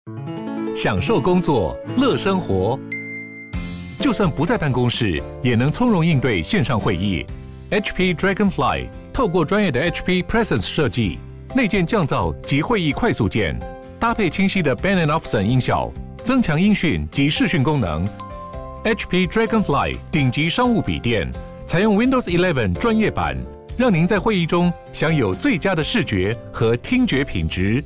享受工作，乐生活。就算不在办公室，也能从容应对线上会议。HP Dragonfly 透过专业的 HP Presence 设计，内建降噪及会议快速键，搭配清晰的 Bang & Olufsen 音效，增强音讯及视讯功能。HP Dragonfly 顶级商务笔电，采用 Windows 11专业版，让您在会议中享有最佳的视觉和听觉品质。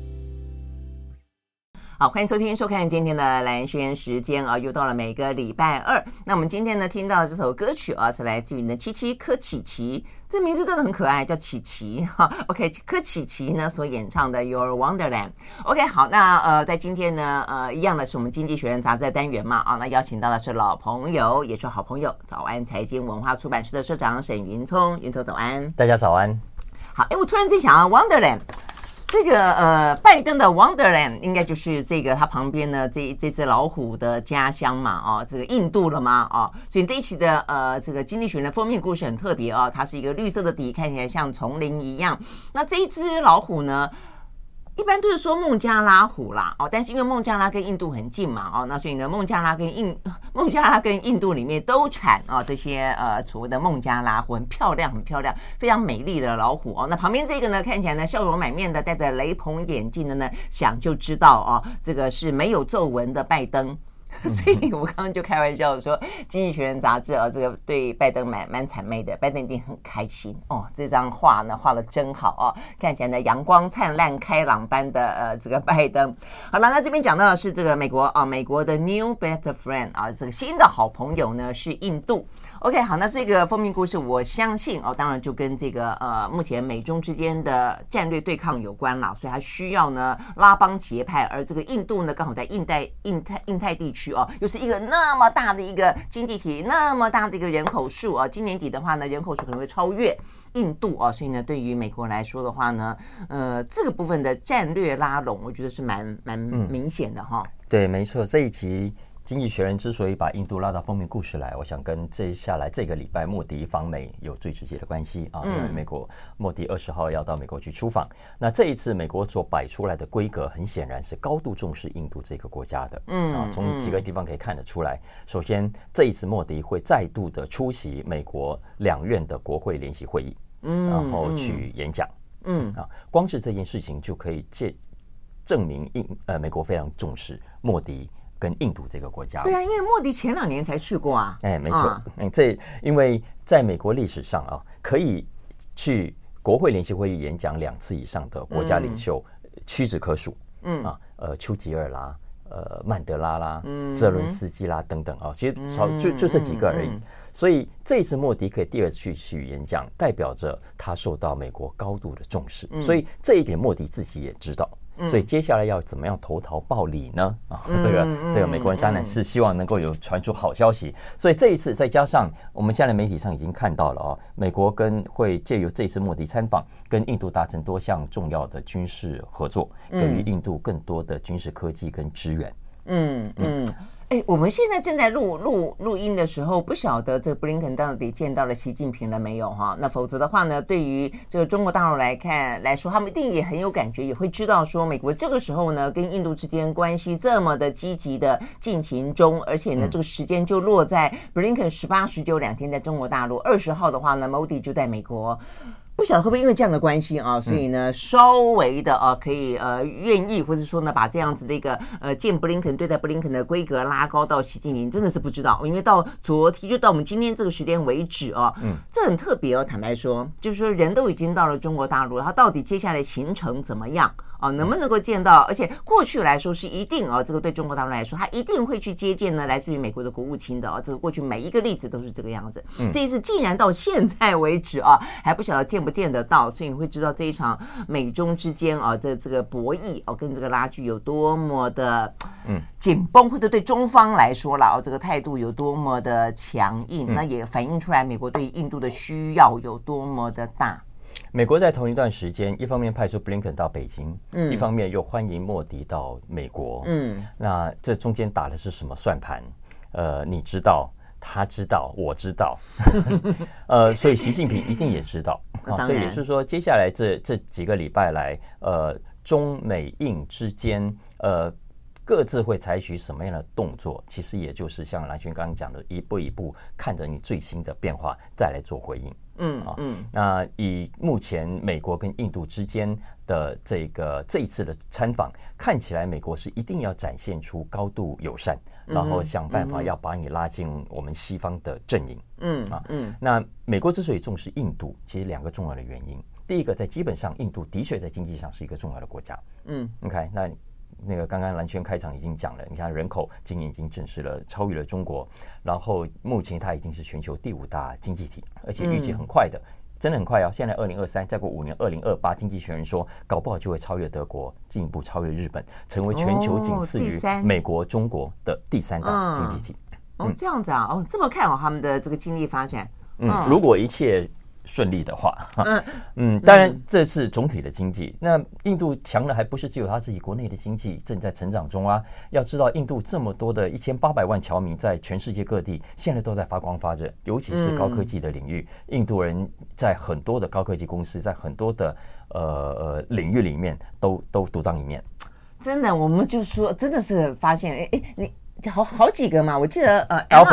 好，欢迎收听收看今天的蓝轩时间啊，又到了每个礼拜二。那我们今天呢听到的这首歌曲啊，是来自于呢七七柯启奇，这名字真的很可爱，叫启奇哈。OK， 柯启奇呢所演唱的 Your Wonderland。OK， 好，那在今天呢一样的是我们经济学人杂志的单元嘛啊，那邀请到的是老朋友，也是好朋友，早安财经文化出版社的社长沈云聪，云聪早安。 大家早安。 好，我突然在想啊 ，Wonderland。这个拜登的 Wonderland 应该就是这个他旁边呢这只老虎的家乡嘛哦，这个印度了吗哦？所以这一期的这个经济学人的封面故事很特别哦，它是一个绿色的底，看起来像丛林一样。那这一只老虎呢？一般都是说孟加拉虎啦，哦，但是因为孟加拉跟印度很近嘛，哦，那所以呢，孟加拉跟印度里面都产这些所谓的孟加拉虎，很漂亮，非常美丽的老虎哦。那旁边这个呢，看起来呢笑容满面的，戴着雷朋眼镜的呢，想就知道哦，这个是没有皱纹的拜登。所以我刚刚就开玩笑说，《经济学人》杂志这个对拜登蛮谄媚的，拜登一定很开心哦。这张画呢画得真好哦，看起来呢阳光灿烂、开朗般的这个拜登。好了，那这边讲到的是这个美国的 New Best Friend 这个新的好朋友呢是印度。OK， 好，那这个封面故事我相信当然就跟这个目前美中之间的战略对抗有关啦，所以它需要呢拉帮结派，而这个印度呢刚好在印太地区又是一个那么大的一个经济体，那么大的一个人口数今年底的话呢，人口数可能会超越印度所以呢，对于美国来说的话呢，这个部分的战略拉拢，我觉得是蛮明显的哈。 对，没错，这一集经济学人之所以把印度拉到封面故事来，我想跟接下来这个礼拜莫迪访美有最直接的关系因为美国莫迪20号要到美国去出访。那这一次美国所摆出来的规格，很显然是高度重视印度这个国家的。从几个地方可以看得出来。首先，这一次莫迪会再度的出席美国两院的国会联席会议，然后去演讲。光是这件事情就可以证明美国非常重视莫迪跟印度这个国家。 对啊，因为莫迪前2年才去过啊。 没错。因为在美国历史上可以去国会联席会议演讲2次以上的国家领袖屈指可数。丘吉尔啦，曼德拉啦，泽伦斯基啦等等其实就这几个而已。所以这一次莫迪可以第2次去演讲，代表着他受到美国高度的重视。所以这一点莫迪自己也知道。所以接下来要怎么样投桃报李呢？这个美国人当然是希望能够有传出好消息。所以这一次再加上我们现在媒体上已经看到了美国会借由这一次莫迪参访，跟印度达成多项重要的军事合作，给予印度更多的军事科技跟支援。 我们现在正在录音的时候，不晓得这布林肯到底见到了习近平了没有哈？那否则的话呢，对于这个中国大陆来说，他们一定也很有感觉，也会知道说美国这个时候呢跟印度之间关系这么的积极的进行中，而且呢这个时间就落在布林肯18、192天在中国大陆，20号的话呢，Modi就在美国。不晓得会不会因为这样的关系所以呢稍微的可以愿意，或者说呢把这样子的一个见布林肯对待布林肯的规格拉高到习近平，真的是不知道，因为到昨天就到我们今天这个时间为止这很特别坦白说，就是说人都已经到了中国大陆，他到底接下来行程怎么样能不能够见到？而且过去来说是一定这个对中国大陆来说，他一定会去接见呢来自于美国的国务卿的这个过去每一个例子都是这个样子。这一次竟然到现在为止还不晓得见不见得到，所以你会知道这一场美中之间这个博弈跟这个拉锯有多么的紧绷，或者对中方来说啦这个态度有多么的强硬，那也反映出来美国对印度的需要有多么的大。 美国在同一段时间，一方面派出布林肯到北京，一方面又欢迎莫迪到美国。那这中间打的是什么算盘？你知道，他知道，我知道，所以习近平一定也知道。所以也是说，接下来这几个礼拜来， 中美印之间各自会采取什么样的动作，其实也就是像蓝轩刚刚讲的，一步一步看着你最新的变化再来做回应。那以目前美国跟印度之间的这一次的参访，看起来美国是一定要展现出高度友善，然后想办法要把你拉进我们西方的阵营。那美国之所以重视印度，其实2个重要的原因。第一个，在基本上印度的确在经济上是一个重要的国家。你看那个刚刚蓝轩开场已经讲了，你看人口今年已经正式了超越了中国，然后目前它已经是全球第5大经济体，而且预计很快的，真的很快哦。现在2023，再过5年2028，经济学人说搞不好就会超越德国，进一步超越日本，成为全球仅次于美国、中国的第3大经济体。 这样子啊，这么看他们的这个经济发展。 如果一切顺利的话，当然这是总体的经济。那印度强的还不是只有他自己国内的经济正在成长中啊。要知道，印度这么多的1800万侨民在全世界各地现在都在发光发热，尤其是高科技的领域，印度人在很多的高科技公司，在很多的领域里面都独当一面。 真的，我们就说真的是发现，你好几个嘛，我记得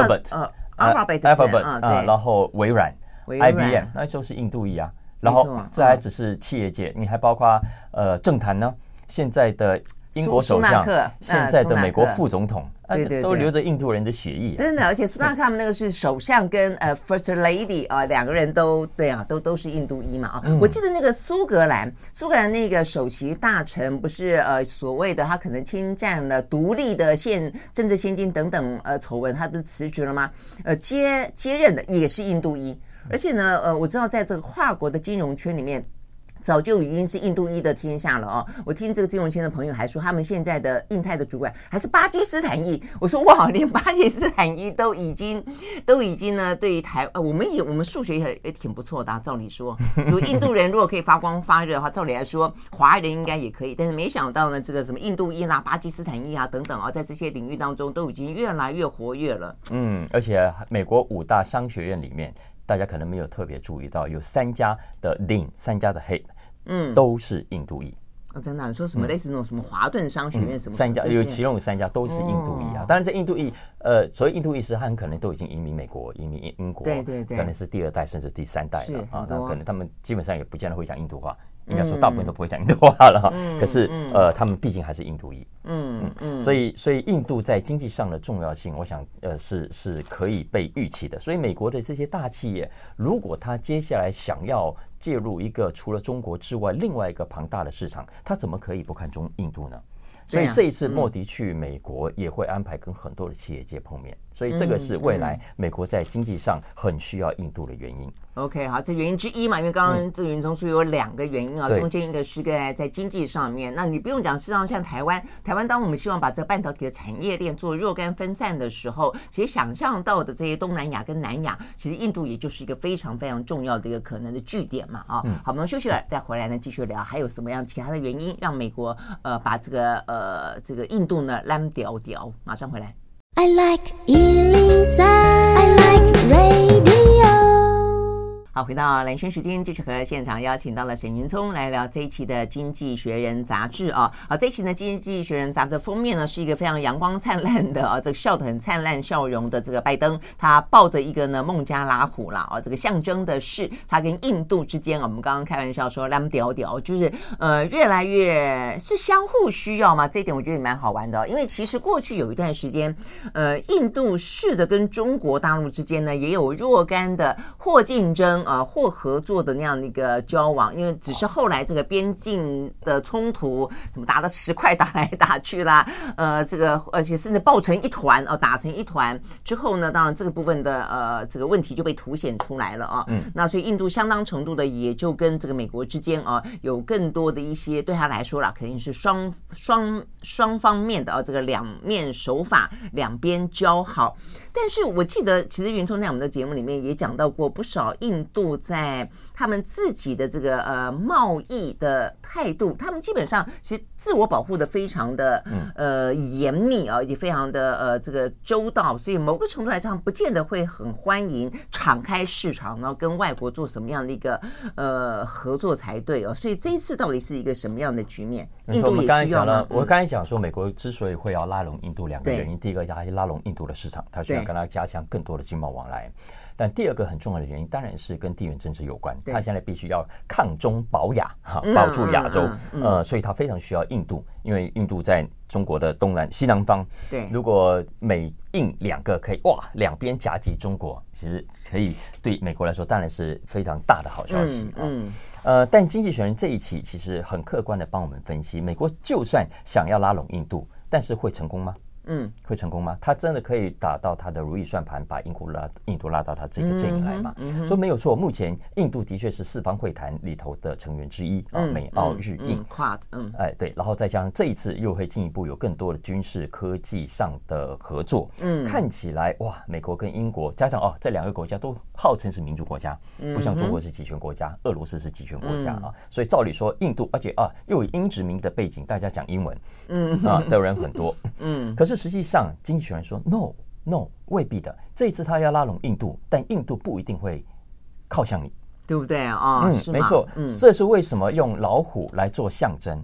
Alphabet， 然后微软。IBM 那就是印度裔啊，然后这还只是企业界，你还包括政坛呢，现在的英国首相，现在的美国副总统，都流着印度人的血液。 真的，而且苏纳克他们那个是首相跟First Lady 2个人都都是印度裔嘛我记得那个苏格兰那个首席大臣不是所谓的他可能侵占了独立的政治现金等等丑闻，他不是辞职了吗？接任的也是印度裔。而且呢，我知道在这个跨国的金融圈里面，早就已经是印度裔的天下了我听这个金融圈的朋友还说，他们现在的印太的主管还是巴基斯坦裔。我说哇，连巴基斯坦裔都已经呢，对于我们数学也挺不错的照理说，如印度人如果可以发光发热的话，照理来说华人应该也可以。但是没想到呢，这个什么印度裔啦、巴基斯坦裔啊等等在这些领域当中都已经越来越活跃了。 而且美国5大商学院里面，大家可能没有特别注意到，有3家的 Dean， 3家的 Head，都是印度裔。 真的，你说什么类似那种什么华顿商学院什么 3家其中有3家都是印度裔啊。当然，在印度裔，所谓印度裔是他很可能都已经移民美国、移民英国， 对， 可能是第2代甚至第3代了那可能他们基本上也不见得会讲印度话。应该说大部分都不会讲印度话了可是他们毕竟还是印度裔。所以印度在经济上的重要性，我想是可以被预期的。所以美国的这些大企业，如果他接下来想要介入一个除了中国之外另外一个庞大的市场，他怎么可以不看重印度呢？所以这一次莫迪去美国也会安排跟很多的企业界碰面，所以这个是未来美国在经济上很需要印度的原因。 OK， 好，这原因之一嘛，因为刚刚这个云中说有2个原因中间一个是在经济上面，那你不用讲，事实上像台湾当我们希望把这个半导体的产业链做若干分散的时候，其实想象到的这些东南亚跟南亚，其实印度也就是一个非常非常重要的一个可能的据点嘛好，我们休息了再回来呢继续聊，还有什么样其他的原因让美国把这个印度呢烂掉，马上回来。I like 103, I like radio。好，回到蓝轩时间，继续和现场邀请到了沈云聪来聊这一期的《经济学人》杂志好，这一期呢，《经济学人》杂志的封面呢是一个非常阳光灿烂的这个笑得很灿烂笑容的这个拜登，他抱着一个呢孟加拉虎啦这个象征的是他跟印度之间我们刚刚开玩笑说蓝屌屌，就是越来越是相互需要嘛，这一点我觉得也蛮好玩的因为其实过去有一段时间印度试着跟中国大陆之间呢也有若干的或竞争或合作的那样的一个交往，因为只是后来这个边境的冲突怎么打的10块打来打去啦这个而且甚至爆成一团打成一团之后呢，当然这个部分的这个问题就被凸显出来了那所以印度相当程度的也就跟这个美国之间有更多的一些对他来说啦，肯定是双方面的这个两面手法两边交好。但是我记得其实云聪在我们的节目里面也讲到过不少印度在他们自己的这个贸易的态度，他们基本上其实自我保护的非常的严密啊，也非常的这个周到，所以某个程度来上不见得会很欢迎敞开市场，然后跟外国做什么样的一个合作才对哦。所以这一次到底是一个什么样的局面？印度也需要吗？ 我刚才讲说，美国之所以会要拉拢印度，两个原因，第一个要拉拢印度的市场，他需要跟他加强更多的经贸往来。但第二个很重要的原因，当然是跟地缘政治有关。他现在必须要抗中保亚，保住亚洲。所以他非常需要印度，因为印度在中国的西南方。对，如果美印两个可以两边夹击中国，其实可以对美国来说当然是非常大的好消息。但经济学人这一期其实很客观的帮我们分析，美国就算想要拉拢印度，但是会成功吗？会成功吗？他真的可以打到他的如意算盘，把印度拉到他这个阵营来吗？说没有错，目前印度的确是四方会谈里头的成员之一美澳日印跨的， 对，然后再加上这一次又会进一步有更多的军事科技上的合作，看起来美国跟英国加上这两个国家都号称是民主国家，不像中国是集权国家，俄罗斯是集权国家所以照理说印度，而且又有英殖民的背景，大家讲英文的人很多，可是实际上经济学人说 no 未必的，这一次他要拉拢印度，但印度不一定会靠向你， 对不对没错，这是为什么用老虎来做象征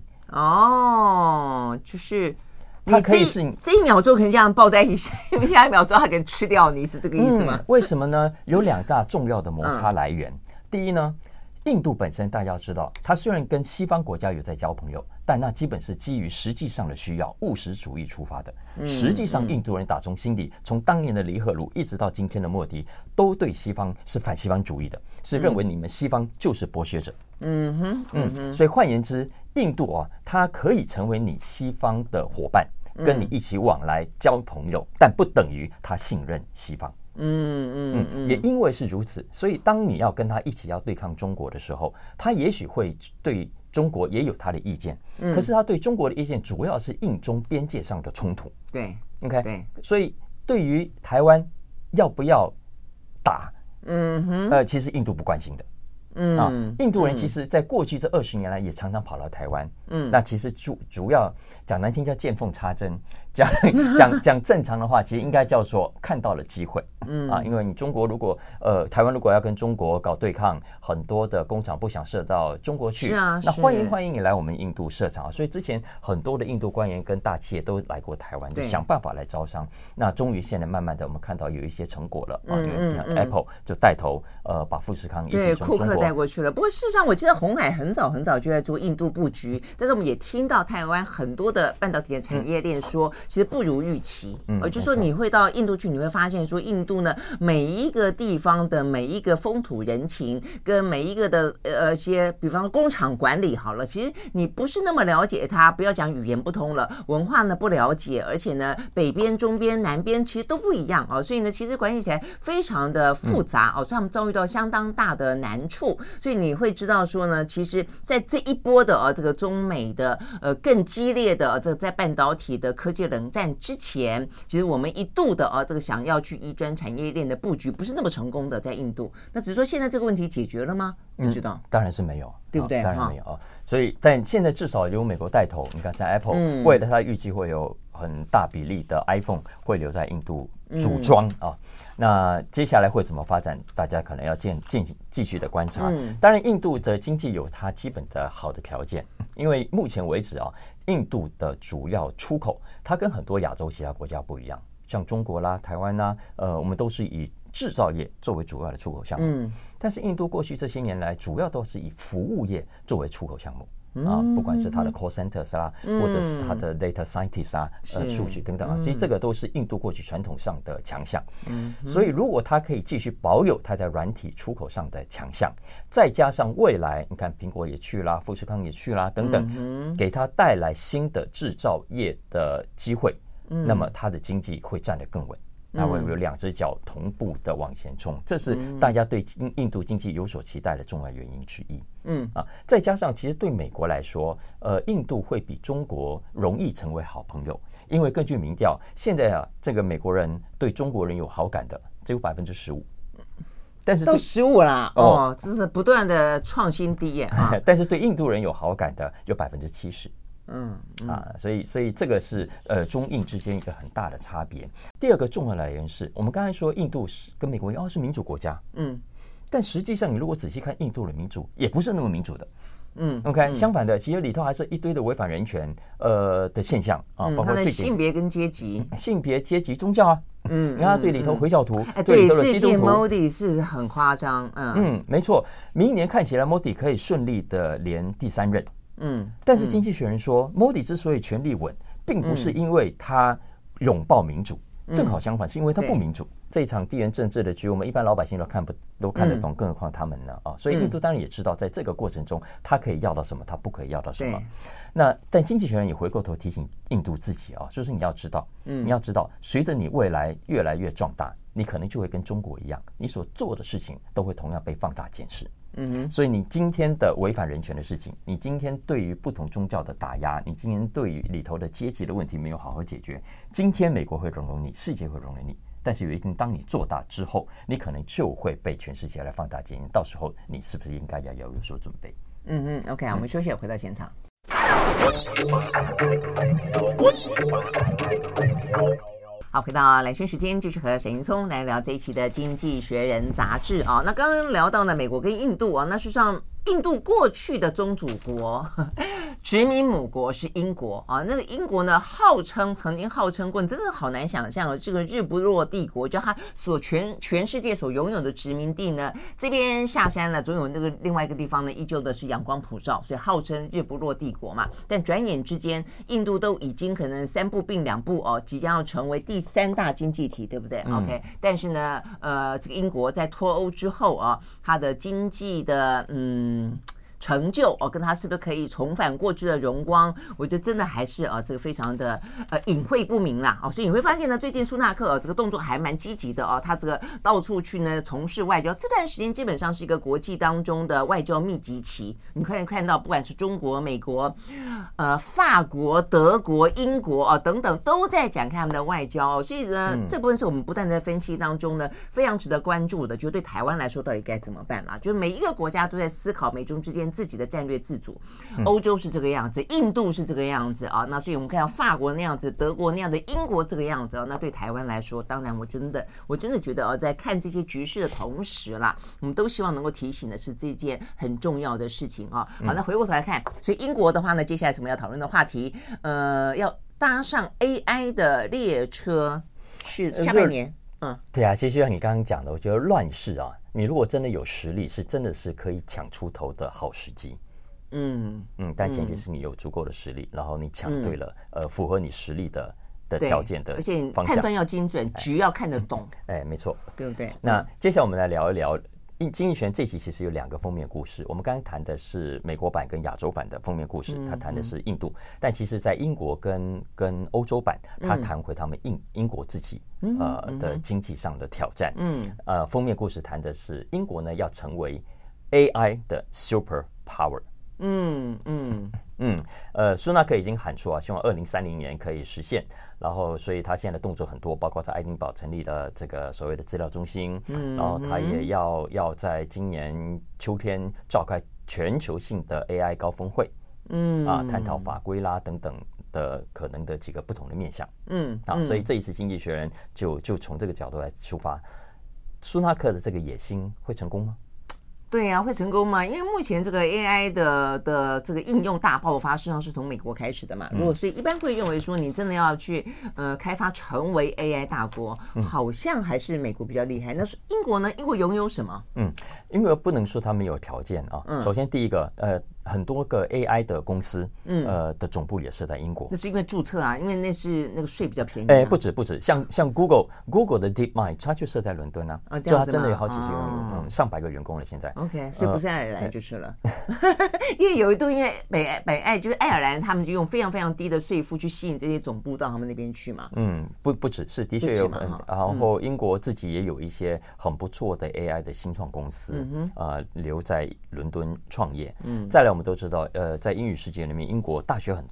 就是它可以是这一秒钟可能这样抱在一起，下一秒钟它可以吃掉你，是这个意思吗？ 为什么呢？有两大重要的摩擦来源。第一呢，印度本身大家要知道，它虽然跟西方国家有在交朋友，但那基本是基于实际上的需要，务实主义出发的。实际上，印度人打从心底，从当年的黎赫鲁一直到今天的莫迪，都对西方是反西方主义的，是认为你们西方就是剥削者。所以换言之，印度它可以成为你西方的伙伴，跟你一起往来交朋友，但不等于他信任西方。也因为是如此，所以当你要跟他一起要对抗中国的时候，他也许会对中国也有他的意见，可是他对中国的意见主要是印中边界上的冲突。 对 ，OK， 对， 所以对于台湾要不要打，其实印度不关心的。印度人其实在过去这20年来也常常跑到台湾，那其实主要讲难听叫见缝插针，讲正常的话，其实应该叫做看到了机会，因为你中国如果台湾如果要跟中国搞对抗，很多的工厂不想设到中国去，那欢迎你来我们印度设厂，所以之前很多的印度官员跟大企业都来过台湾，就想办法来招商。那终于现在慢慢的我们看到有一些成果了因为像 Apple 就带头把富士康一起从中国带过去了。不过事实上，我记得鸿海很早就在做印度布局，但是我们也听到台湾很多的半导体的产业链说，其实不如预期。就说你会到印度去，你会发现说，印度呢每一个地方的每一个风土人情，跟每一个的些，比方说工厂管理好了，其实你不是那么了解它，不要讲语言不通了，文化呢不了解，而且呢北边、中边、南边其实都不一样所以呢其实关系起来非常的复杂所以他们遭遇到相当大的难处。所以你会知道说呢，其实在这一波的这个中美的更激烈的这个在半导体的科技冷战之前，其实我们一度的这个想要去移专产业链的布局不是那么成功的在印度。那只是说现在这个问题解决了吗？不知道， 当然是没有， 对不对？ 当然没有所以但现在至少由美国带头，你看像 Apple 未来它预计会有很大比例的 iPhone 会留在印度组装那接下来会怎么发展，大家可能要继续的观察。当然印度的经济有它基本的好的条件，因为目前为止印度的主要出口它跟很多亚洲其他国家不一样，像中国啦、台湾啦我们都是以制造业作为主要的出口项目，但是印度过去这些年来主要都是以服务业作为出口项目不管是它的 call centers 啦，或者是它的 data scientists 数据等等其实这个都是印度过去传统上的强项。所以如果它可以继续保有它在软体出口上的强项，再加上未来你看苹果也去啦，富士康也去啦等等，给它带来新的制造业的机会，那么它的经济会站得更稳。它会有两只脚同步的往前冲，这是大家对印度经济有所期待的重要原因之一。再加上其实对美国来说，印度会比中国容易成为好朋友，因为根据民调，现在这个美国人对中国人有好感的只有15%。 但是都15啦，哦，这是不断的创新低耶啊！ 但是对印度人有好感的有70%。所以这个是中印之间一个很大的差别。第二个重要的来源是我们刚才说印度跟美国是民主国家，但实际上你如果仔细看印度的民主，也不是那么民主的。OK， 相反的，其实里头还是一堆的违反人权的现象啊，包括性别跟阶级、 宗教啊。你看他对里头回教徒，对里头的基督徒， 最近 Modi 是很夸张。 没错，明年看起来 Modi 可以顺利的连第3任。但是经济学人说，Modi 之所以权力稳，并不是因为他拥抱民主，正好相反，是因为他不民主。这一场地缘政治的局，我们一般老百姓都看得懂，更何况他们呢？所以印度当然也知道，在这个过程中，他可以要到什么，他不可以要到什么。但经济学人也回过头提醒印度自己就是你要知道，随着你未来越来越壮大，你可能就会跟中国一样，你所做的事情都会同样被放大检视。所以你今天的违反人权的事情，你今天对于不同宗教的打压，你今天对于里头的阶级的问题没有好好解决，今天美国会容忍你，世界会容忍你，但是有一天当你做大之后，你可能就会被全世界来放大检验，到时候你是不是应该要有所准备 ？OK， 我们休息，回到现场。好，回到蓝轩时间，继续和沈云聪来聊这一期的《经济学人》杂志啊。那刚刚聊到呢，美国跟印度啊，那事实上印度过去的宗主国、殖民母国是英国啊。那个英国呢，曾经号称过，你真的好难想象这个日不落帝国，就它全世界所拥有的殖民地呢，这边下山了，总有那个另外一个地方呢，依旧的是阳光普照，所以号称日不落帝国嘛。但转眼之间，印度都已经可能3步并2步即将要成为第3大经济体，对不对？OK， 但是呢，这个英国在脱欧之后它的经济的成就跟他是不是可以重返过去的荣光，我觉得真的还是这个非常的隐晦不明啦所以你会发现呢，最近苏纳克这个动作还蛮积极的他这个到处去呢从事外交，这段时间基本上是一个国际当中的外交密集期。你可以看到，不管是中国、美国、法国、德国、英国等等，都在展开他们的外交所以呢，这部分是我们不断在分析当中呢非常值得关注的，就对台湾来说到底该怎么办啦？就是每一个国家都在思考美中之间自己的战略自主，欧洲是这个样子，印度是这个样子那所以我们看到法国那样子，德国那样的，英国这个样子那对台湾来说，当然我真的觉得在看这些局势的同时啦，我们都希望能够提醒的是这件很重要的事情好，那回过头来看，所以英国的话呢，接下来什么要讨论的话题要搭上 AI 的列车是下半年对啊，其实像你刚刚讲的，我觉得乱世你如果真的有实力，是真的是可以抢出头的好时机。但前提是你有足够的实力，然后你抢对了符合你实力的条件的方向， 而且判断要精准，局要看得懂。 没错， 对不对？ 那接下来我们来聊一聊经济学人这期其实有2个封面故事，我们刚刚谈的是美国版跟亚洲版的封面故事，他谈的是印度，但其实在英国跟欧洲版，他谈回他们英国自己的经济上的挑战。封面故事谈的是英国呢要成为 AI 的 super power。苏纳克已经喊出希望2030年可以实现，然后所以他现在的动作很多，包括在爱丁堡成立了这个所谓的资料中心，然后他也要在今年秋天召开全球性的 AI 高峰会，探讨法规啦等等的可能的几个不同的面向，所以这一次经济学人就从这个角度来出发，苏纳克的这个野心会成功吗？ 对啊，会成功吗？因为目前这个 AI 的这个应用大爆发，实际上是从美国开始的嘛。所以一般会认为说，你真的要去开发成为 AI 大国，好像还是美国比较厉害。那是英国呢？英国拥有什么？ 英国不能说它没有条件首先第一个很多个 AI 的公司的总部也设在英国。那是因为注册因为那个税比较便宜不止，像 Google 的 DeepMind 它就设在伦敦就它真的有好几十个上百个员工了现在。 OK， 所以不是爱尔兰就是了。因为有一度因为北爱就是爱尔兰，他们就用非常非常低的税负去吸引这些总部到他们那边去嘛。 不止是的确有然后英国自己也有一些很不错的 AI 的新创公司留在伦敦创业。再来我们都知道在英语世界里面，英国大学很多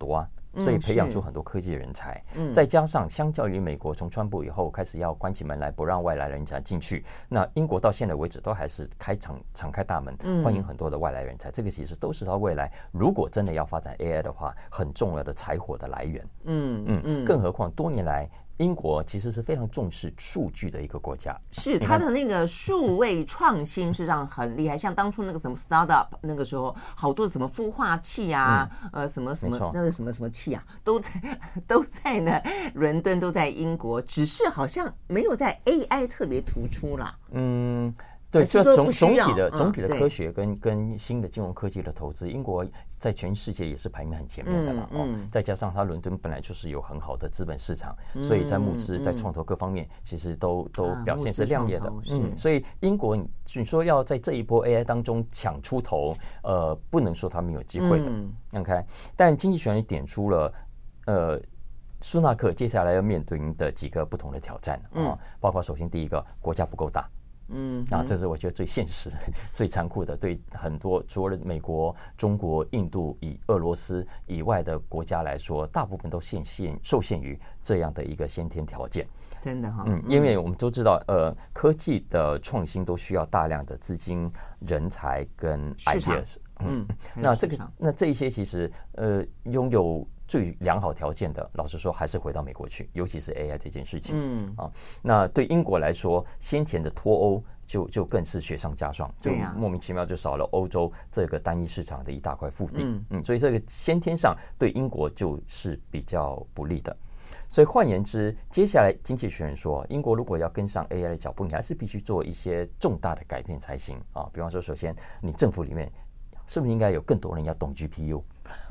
所以培养出很多科技人才。再加上相较于美国从川普以后开始要关起门来不让外来人才进去，那英国到现在为止都还是敞开大门，欢迎很多的外来人才。这个其实都是他未来如果真的要发展 AI 的话很重要的柴火的来源。更何况多年来英国其实是非常重视数据的一个国家， 是它的那个数位创新实际上很厉害，像当初那个什么 startup 那个时候，好多什么孵化器啊，什么那个什么器啊，都在呢，伦敦都在英国，只是好像没有在 AI 特别突出啦。 对，就总体的科学跟新的金融科技的投资，英国在全世界也是排名很前面的了。再加上它伦敦本来就是有很好的资本市场，所以在募资、在创投各方面，其实都表现是亮眼的。所以英国你说要在这一波 AI 当中抢出头，不能说他们有机会的。OK， 但经济学人点出了苏纳克接下来要面对的几个不同的挑战包括首先第一个，国家不够大。这是我觉得最现实、最残酷的，对很多除了美国、中国、印度以俄罗斯以外的国家来说，大部分都受限于这样的一个先天条件。 真的因为我们都知道，科技的创新都需要大量的资金、人才跟 ideas。那这一些其实拥有最良好条件的，老实说还是回到美国去，尤其是 AI 这件事情。那对英国来说，先前的脱欧就更是雪上加霜，就莫名其妙就少了欧洲这个单一市场的一大块腹地。所以这个先天上对英国就是比较不利的。所以换言之，接下来经济学人说，英国如果要跟上 AI 的脚步，你还是必须做一些重大的改变才行比方说，首先你政府里面是不是应该有更多人要懂 GPU？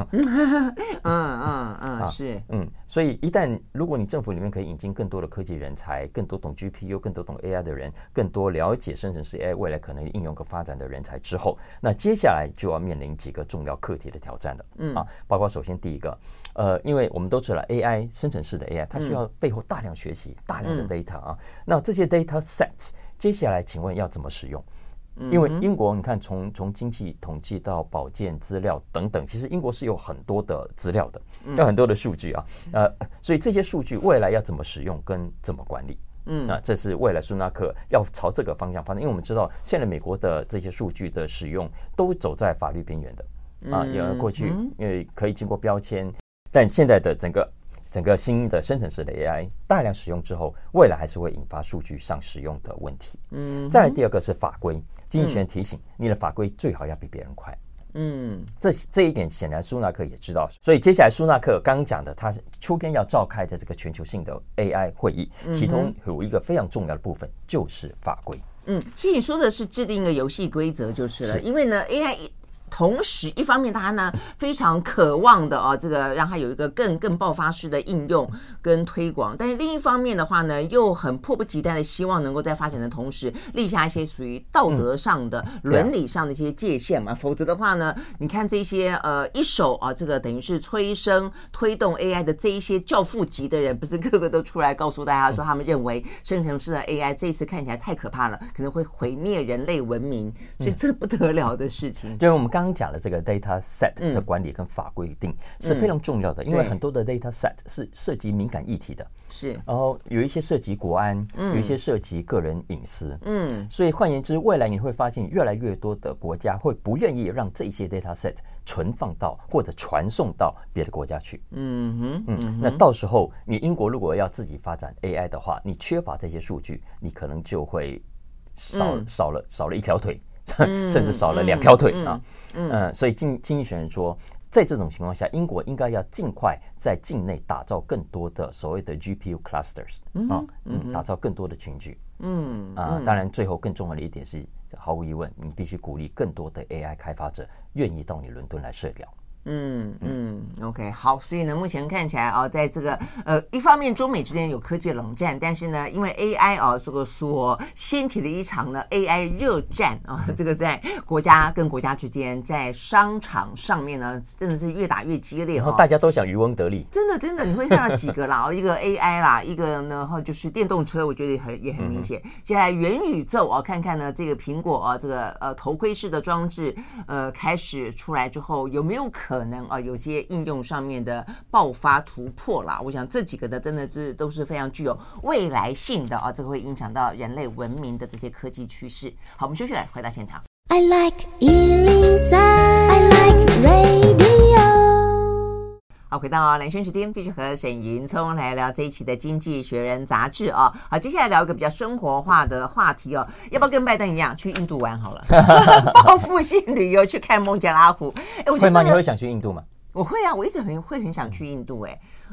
是， 所以如果你政府里面可以引进更多的科技人才，更多懂 GPU、更多懂 AI 的人，更多了解生成式 AI 未来可能应用和发展的人才之后，那接下来就要面临几个重要课题的挑战了。包括首先第一个，因为我们都知道 AI 生成式的 AI， 它需要背后大量学习、大量的 data 那这些 data sets 接下来请问要怎么使用？因为英国你看从经济统计到保健资料等等，其实英国是有很多的资料的，有很多的数据所以这些数据未来要怎么使用跟怎么管理，这是未来苏纳克要朝这个方向发展。因为我们知道现在美国的这些数据的使用都走在法律边缘的有过去因为可以经过标签，但现在的整个新的生成式的 AI 大量使用之后，未来还是会引发数据上使用的问题。再来第二个是法规，经济学人提醒你的法规最好要比别人快。这一点显然苏纳克也知道，所以接下来苏纳克刚刚讲的，他秋天要召开的这个全球性的 AI 会议，其中有一个非常重要的部分就是法规。 所以你说的是制定一个游戏规则就是了，因为呢 AI。同时一方面他呢非常渴望的这个让他有一个更爆发式的应用跟推广，但是另一方面的话呢又很迫不及待的希望能够在发展的同时立下一些属于道德上的伦理上的一些界限嘛，否则的话呢你看这些一手这个等于是催生推动 AI 的这一些教父级的人，不是个个都出来告诉大家说他们认为生成式的 AI 这一次看起来太可怕了，可能会毁灭人类文明，所以这不得了的事情。 就是我们刚刚讲的这个 data set 的管理跟法规定是非常重要的，因为很多的 data set 是涉及敏感议题的， 是， 然后有一些涉及国安，有一些涉及个人隐私，所以换言之，未来你会发现越来越多的国家会不愿意让这些 data set 存放到或者传送到别的国家去。那到时候你英国如果要自己发展 AI 的话，你缺乏这些数据，你可能就会少了一条腿。甚至少了2条腿所以经济学人说，在这种情况下，英国应该要尽快在境内打造更多的所谓的 GPU clusters 打造更多的群聚。当然，最后更重要的一点是，毫无疑问，你必须鼓励更多的 AI 开发者愿意到你伦敦来设掉。 OK， 好，所以呢，目前看起来在这个一方面中美之间有科技冷战，但是呢，因为 AI 这个所掀起的一场呢 AI 热战这个在国家跟国家之间，在商场上面呢，真的是越打越激烈， 然后大家都想渔翁得利， 真的你会看到几个啦，一个 AI 啦，一个呢就是电动车，我觉得也很明显。接下来元宇宙看看呢这个苹果这个头盔式的装置开始出来之后，有没有可可能啊有些应用上面的爆发突破啦。我想这几个呢真的是都是非常具有未来性的啊，这个会影响到人类文明的这些科技趋势。好，我们休息来回到现场。 I like 103, I like radio。 好，回到蓝轩时间，继续和沈云聪来聊这一期的《经济学人》杂志啊。好，接下来聊一个比较生活化的话题哦，要不要跟拜登一样去印度玩好了？报复性旅游去看孟加拉湖。我觉得会吗？你会想去印度吗？ 我会啊，我一直很想去印度。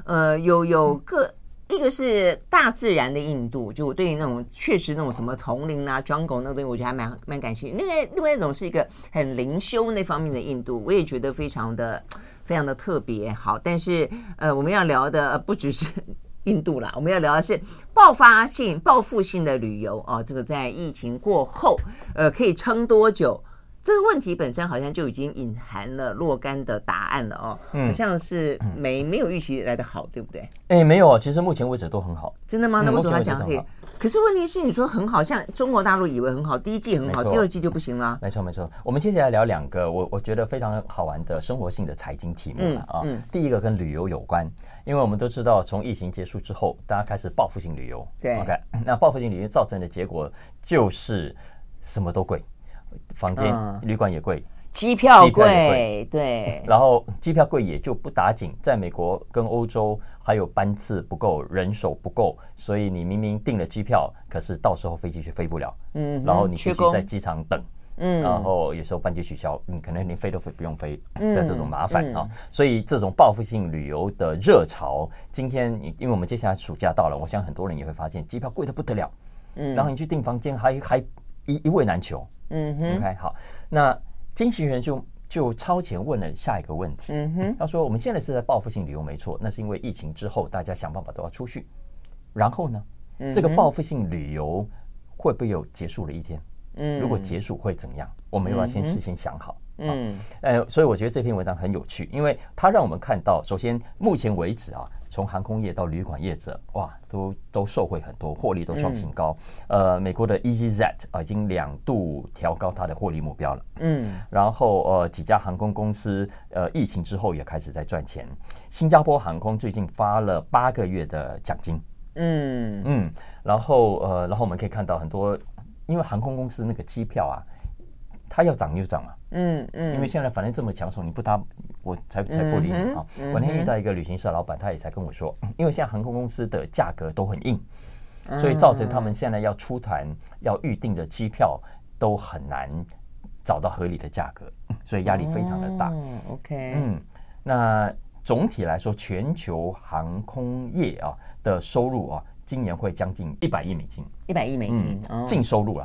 一个是大自然的印度，就我对那种确实那种什么丛林啊、jungle 那个东西，我觉得还蛮感兴趣。另外一种是一个很灵修那方面的印度，我也觉得非常的特别好。但是我们要聊的不只是印度啦，我们要聊的是报复性的旅游哦。这个在疫情过后，可以撑多久？这个问题本身好像就已经隐含了若干的答案了哦，好像是没有预期来的好，对不对？ 没有，其实目前为止都很好。 真的吗？那为什么要讲可以？可是问题是，你说很好，像中国大陆以为很好，第一季很好，第二季就不行了。 没错。我们接下来聊两个我觉得非常好玩的生活性的财经题目第一个跟旅游有关，因为我们都知道，从疫情结束之后，大家开始报复性旅游。 对 ，OK， 那报复性旅游造成的结果就是什么都贵。房间、旅馆也贵， 机票贵，对。 然后机票贵也就不打紧，在美国跟欧洲还有班次不够，人手不够，所以你明明订了机票，可是到时候飞机却飞不了，然后你必须在机场等，然后有时候班机取消，可能连飞都不用飞的这种麻烦所以这种报复性旅游的热潮，今天因为我们接下来暑假到了，我想很多人也会发现机票贵得不得了，然后你去订房间还一位难求。OK， 好，那经济学人就超前问了下一个问题，他说我们现在是在报复性旅游没错，那是因为疫情之后大家想办法都要出去，然后呢，这个报复性旅游会不会有结束的一天？如果结束会怎样？我们又要先事先想好。所以我觉得这篇文章很有趣，因为它让我们看到，首先目前为止从航空业到旅馆业者，哇，都受惠很多，获利都创新高。美国的 EasyJet 已经2度调高它的获利目标了。然后几家航空公司疫情之后也开始在赚钱。新加坡航空最近发了8个月的奖金。然后我们可以看到很多，因为航空公司那个机票它要涨就涨嘛，因为现在反正这么抢手，你不搭我才不理你我那天遇到一个旅行社老板，他也才跟我说，因为现在航空公司的价格都很硬，所以造成他们现在要出团要预定的机票都很难找到合理的价格，所以压力非常的大。 OK， 那总体来说，全球航空业的收入今年会将近100亿美金 ，100亿美金， 净收入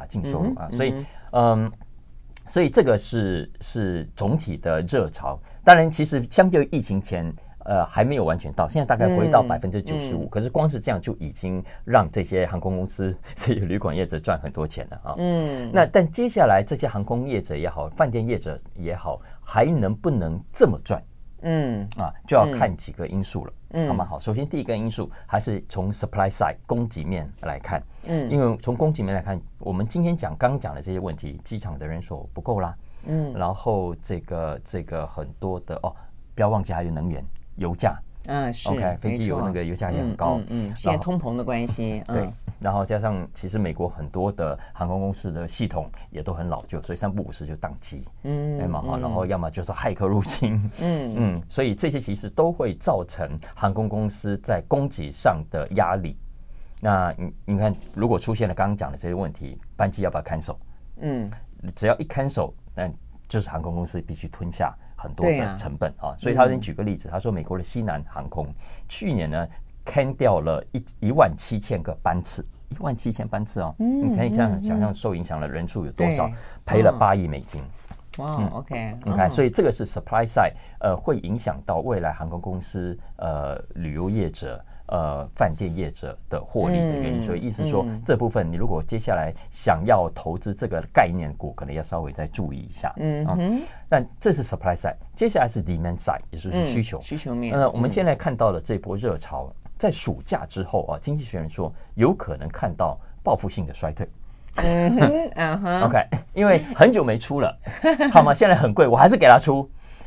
所以这个是总体的热潮。当然，其实相对于疫情前，还没有完全到，现在大概回到95%。可是光是这样就已经让这些航空公司、这些旅馆业者赚很多钱了那但接下来这些航空业者也好，饭店业者也好，还能不能这么赚？就要看几个因素了。好吗？好，首先第一个因素还是从 supply side 供给面来看，因为从供给面来看，我们今天刚刚讲的这些问题，机场的人手不够啦，然后这个很多的不要忘记还有能源、油价。 是 OK， 飞机油那个油价也很高， 现在通膨的关系， 对，然后加上其实美国很多的航空公司的系统也都很老旧，所以3不5时就宕机，然后要么就是骇客入侵，所以这些其实都会造成航空公司在供给上的压力。那你看，如果出现了刚刚讲的这些问题，班机要不要cancel？只要一cancel，那就是航空公司必须吞下很多的成本所以他举个例子，他说美国的西南航空去年呢 can 掉了17000个班次，17000班次你可以想象受影响的人数有多少，赔了8亿美金。 哇 ，OK， 你看，所以这个是 supply side， 会影响到未来航空公司、旅游业者、饭店业者的获利的原因。所以意思说，这部分你如果接下来想要投资这个概念股，可能要稍微再注意一下。但这是 supply side， 接下来是 demand side， 也就是需求面。 我们现在看到的这波热潮，在暑假之后经济学人说有可能看到报复性的衰退。OK， 因为很久没出了，好吗？现在很贵，我还是给他出。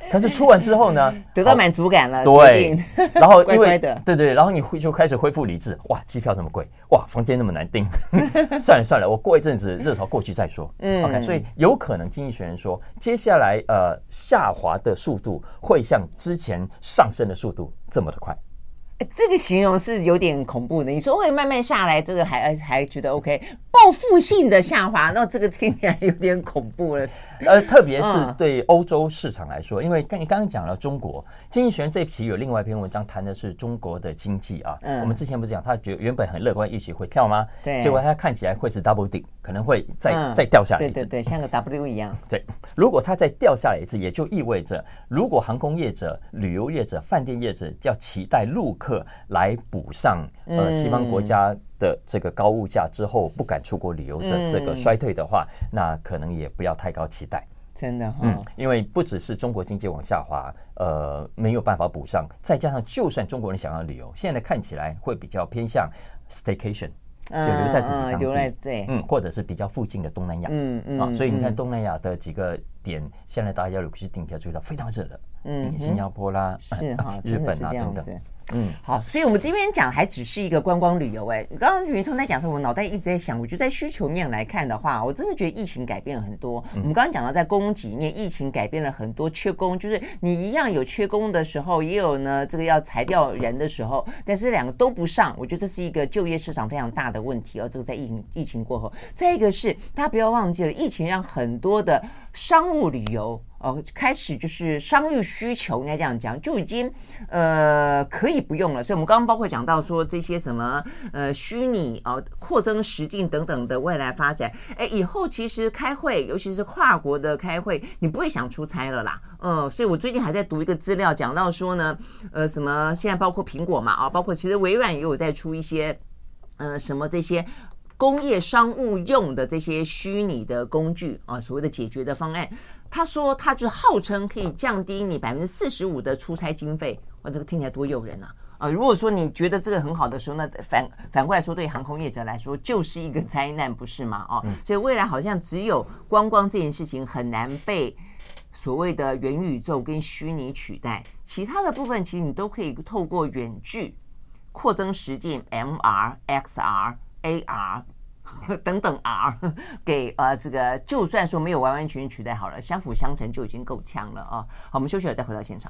可是出完之后呢， 得到满足感了， 对，然后因为乖乖的， 对，然后你就开始恢复理智，哇，机票那么贵，哇，房间那么难订，算了，我过一阵子热潮过去再说。OK， 所以有可能经济学人说，接下来下滑的速度会像之前上升的速度这么的快。 这个形容是有点恐怖的。你说会慢慢下来，这个还觉得 OK， 报复性的下滑，那这个听起来有点恐怖了。 特别是对欧洲市场来说，因为你刚刚讲了中国经济学人这一期有另外一篇文章谈的是中国的经济啊。我们之前不是讲他原本很乐观预期会跳吗？ 对， 结果他看起来会是 double dip， 可能会再掉下来一次。 对，像个 W 一样。 对，如果它再掉下来一次，也就意味着，如果航空业者、旅游业者、饭店业者要期待陆客来补上西方国家的这个高物价之后不敢出国旅游的这个衰退的话，那可能也不要太高期待。 真的因为不只是中国经济往下滑，没有办法补上，再加上就算中国人想要旅游，现在看起来会比较偏向 staycation。就留在自己当地，或者是比较附近的东南亚，所以你看东南亚的几个点，现在大家有去订票注意到非常热的，新加坡啦， 是哈， 日本啊等等。 好，所以我们这边讲还只是一个观光旅游。刚刚云聪在讲的时候，我脑袋一直在想，我觉得在需求面来看的话，我真的觉得疫情改变了很多。我们刚刚讲到在供给面，疫情改变了很多，缺工就是你一样有缺工的时候，也有呢这个要裁掉人的时候，但是两个都不上，我觉得这是一个就业市场非常大的问题哦。这个在疫情过后，再一个是大家不要忘记了，疫情让很多的商务旅游。开始就是商业需求，应该这样讲，就已经可以不用了。所以我们刚刚包括讲到说这些什么虚拟扩增实境等等的未来发展，以后其实开会，尤其是跨国的开会，你不会想出差了啦。所以我最近还在读一个资料，讲到说呢，什么现在包括苹果嘛，包括其实微软也有在出一些什么这些。工业商务用的这些虚拟的工具所谓的解决的方案，他说他就号称可以降低你45%的出差经费，哇，这个听起来多诱人啊！如果说你觉得这个很好的时候，那反过来说，对航空业者来说就是一个灾难，不是吗？所以未来好像只有观光这件事情很难被所谓的元宇宙跟虚拟取代，其他的部分其实你都可以透过远距、扩增实境、MR、XR。AR 等等 R 给这个就算说没有完完全全取代好了，相辅相成就已经够呛了啊！好，我们休息了再回到现场。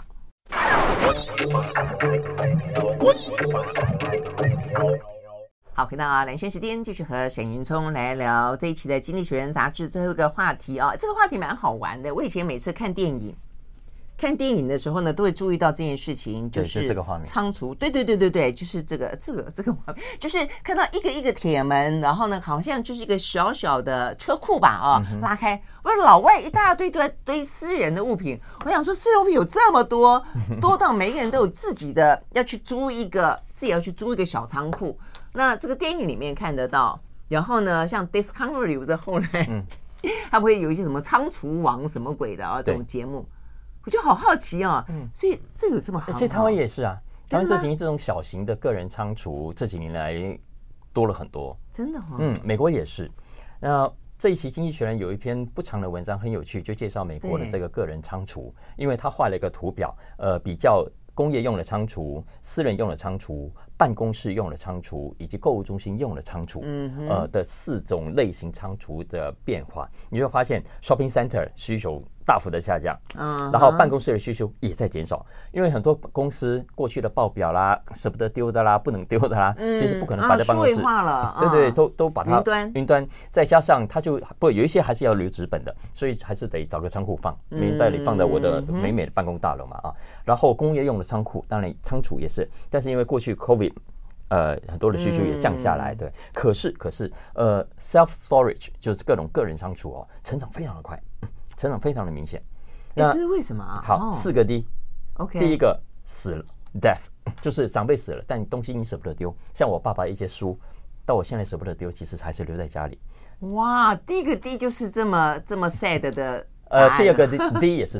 好，回到蓝轩时间，继续和沈云聪来聊这一期的《经济学人》杂志最后一个话题啊。这个话题蛮好玩的，我以前每次看电影的时候呢，都会注意到这件事情，就是这个画面仓储，对，就是这个画面，就是看到一个铁门，然后呢，好像就是一个小小的车库吧，拉开，我说老外一大堆私人的物品，我想说私人物品有这么多到每一个人都有自己的要去租一个小仓库。那这个电影里面看得到，然后呢，像 Discovery 的后来，他不会有一些什么仓储网什么鬼的这种节目。我就好好奇所以这有这么好？ 而且台湾也是啊，台湾这几年这种小型的个人仓储这几年来多了很多， 真的美国也是。那这一期《经济学人》有一篇不长的文章很有趣，就介绍美国的这个个人仓储，因为他画了一个图表，比较工业用的仓储、私人用的仓储、办公室用的仓储以及购物中心用的仓储，的4种类型仓储的变化，你就发现 shopping center 需求大幅的下降，然后办公室的需求也在减少，因为很多公司过去的报表啦、舍不得丢的啦、不能丢的啦，其实不可能摆在办公室， 数位化了， 对，都把它云端，再加上它就不有一些还是要留纸本的，所以还是得找个仓库放，明白里放在我的美美的办公大楼嘛然后工业用的仓库，当然仓储也是，但是因为过去 COVID。很多的需求也降下来，对。可是self storage 就是各种个人仓储成长非常的快，成长非常的明显。 那这是为什么好，4个 D。 OK， 第一个死了 ，death， 就是长辈死了，但东西你舍不得丢。像我爸爸一些书，到我现在舍不得丢，其实还是留在家里。 哇，第一个 D 就是这么 sad 的。 第二个 D 也是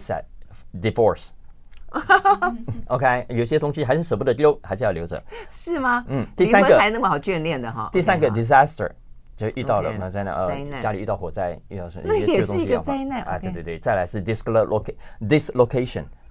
sad，divorce。OK， 有些东西还是舍不得丢，还是要留着， 是吗？ 第三个还那么好眷恋的哈。 第三个 disaster 就遇到了灾难，家里遇到火灾，遇到那也是一个灾难对，再来是 dislocation，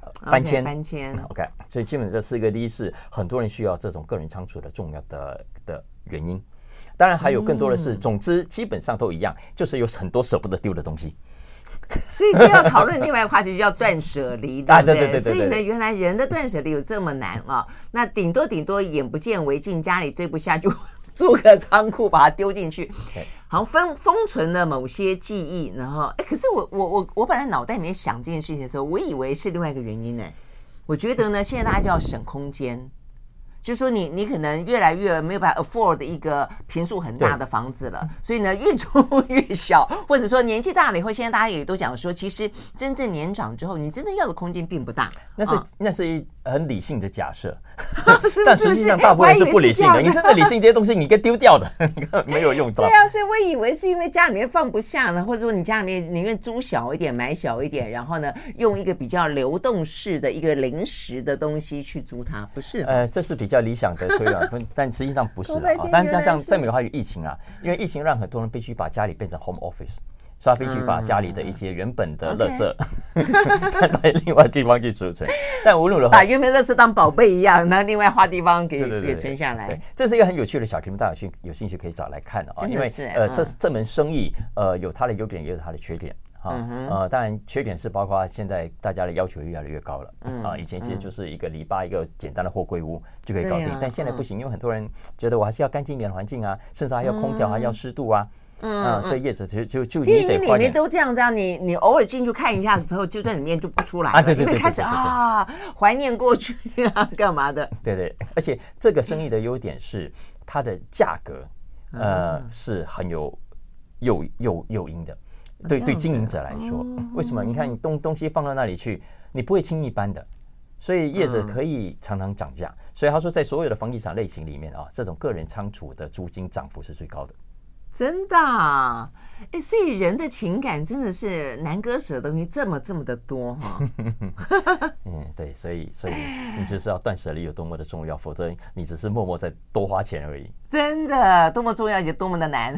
搬迁。 搬迁 OK， 所以基本这4个例是很多人需要这种个人仓储的重要的原因。当然还有更多的是，总之基本上都一样，就是有很多舍不得丢的东西。 所以就要讨论另外一个话题，就叫断舍离，对不对？所以呢，原来人的断舍离有这么难啊？那顶多眼不见为净，家里堆不下就租个仓库把它丢进去，好像封存了某些记忆。然后，可是我本来脑袋里面想这件事情的时候，我以为是另外一个原因呢。我觉得呢，现在大家就要省空间。就是说你可能越来越没有办法 afford 一个坪数很大的房子了，所以呢越住越小，或者说年纪大了以后，现在大家也都讲说，其实真正年长之后，你真的要的空间并不大。 那是一很理性的假设，但实际上大部分是不理性的。你真的理性这些东西，你该丢掉的，没有用到。 对啊，所以我以为是因为家里面放不下呢，或者说你家里面宁愿租小一点，买小一点，然后呢用一个比较流动式的一个临时的东西去租它，不是？这是比较理想的推论，但实际上不是啊。但像在美国还有疫情啊，因为疫情让很多人必须把家里变成 home office。所以他必须把家里的一些原本的垃圾搬到另外地方去储存。但无论如何， 把原本垃圾当宝贝一样，那另外花地方给存下来。 对，这是一个很有趣的小题目，大家有兴趣可以找来看啊。因为这门生意有它的优点，也有它的缺点。当然缺点是包括现在大家的要求越来越高了以前其实就是一个篱笆一个简单的货柜屋就可以搞定，但现在不行，因为很多人觉得我还是要干净一点的环境啊，甚至还要空调，还要湿度啊。所以业者就电影里面都这样，你偶尔进去看一下之后，就在里面就不出来了，因为开始怀念过去啊，干嘛的？ 对，而且这个生意的优点是它的价格是很有诱因的，对经营者来说，为什么？你看你东西放到那里去，你不会轻易搬的。所以业者可以常常涨价，所以他说在所有的房地产类型里面这种个人仓储的租金涨幅是最高的。 真的所以人的情感真的是难割舍的东西这么的多对，所以你就是要断舍离有多么的重要，否则你只是默默在多花钱而已。 真的多么重要也多么的难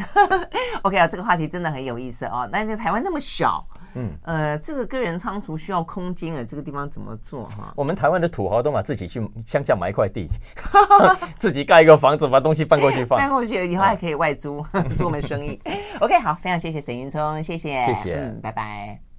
OK 这个话题真的很有意思但是台湾那么小这个个人仓储需要空间这个地方怎么做我们台湾的土豪都自己去乡下买一块地自己盖一个房子，把东西搬过去放， 搬过去以后还可以外租做我们生意OK 好，非常谢谢沈云聪，谢谢拜拜拜。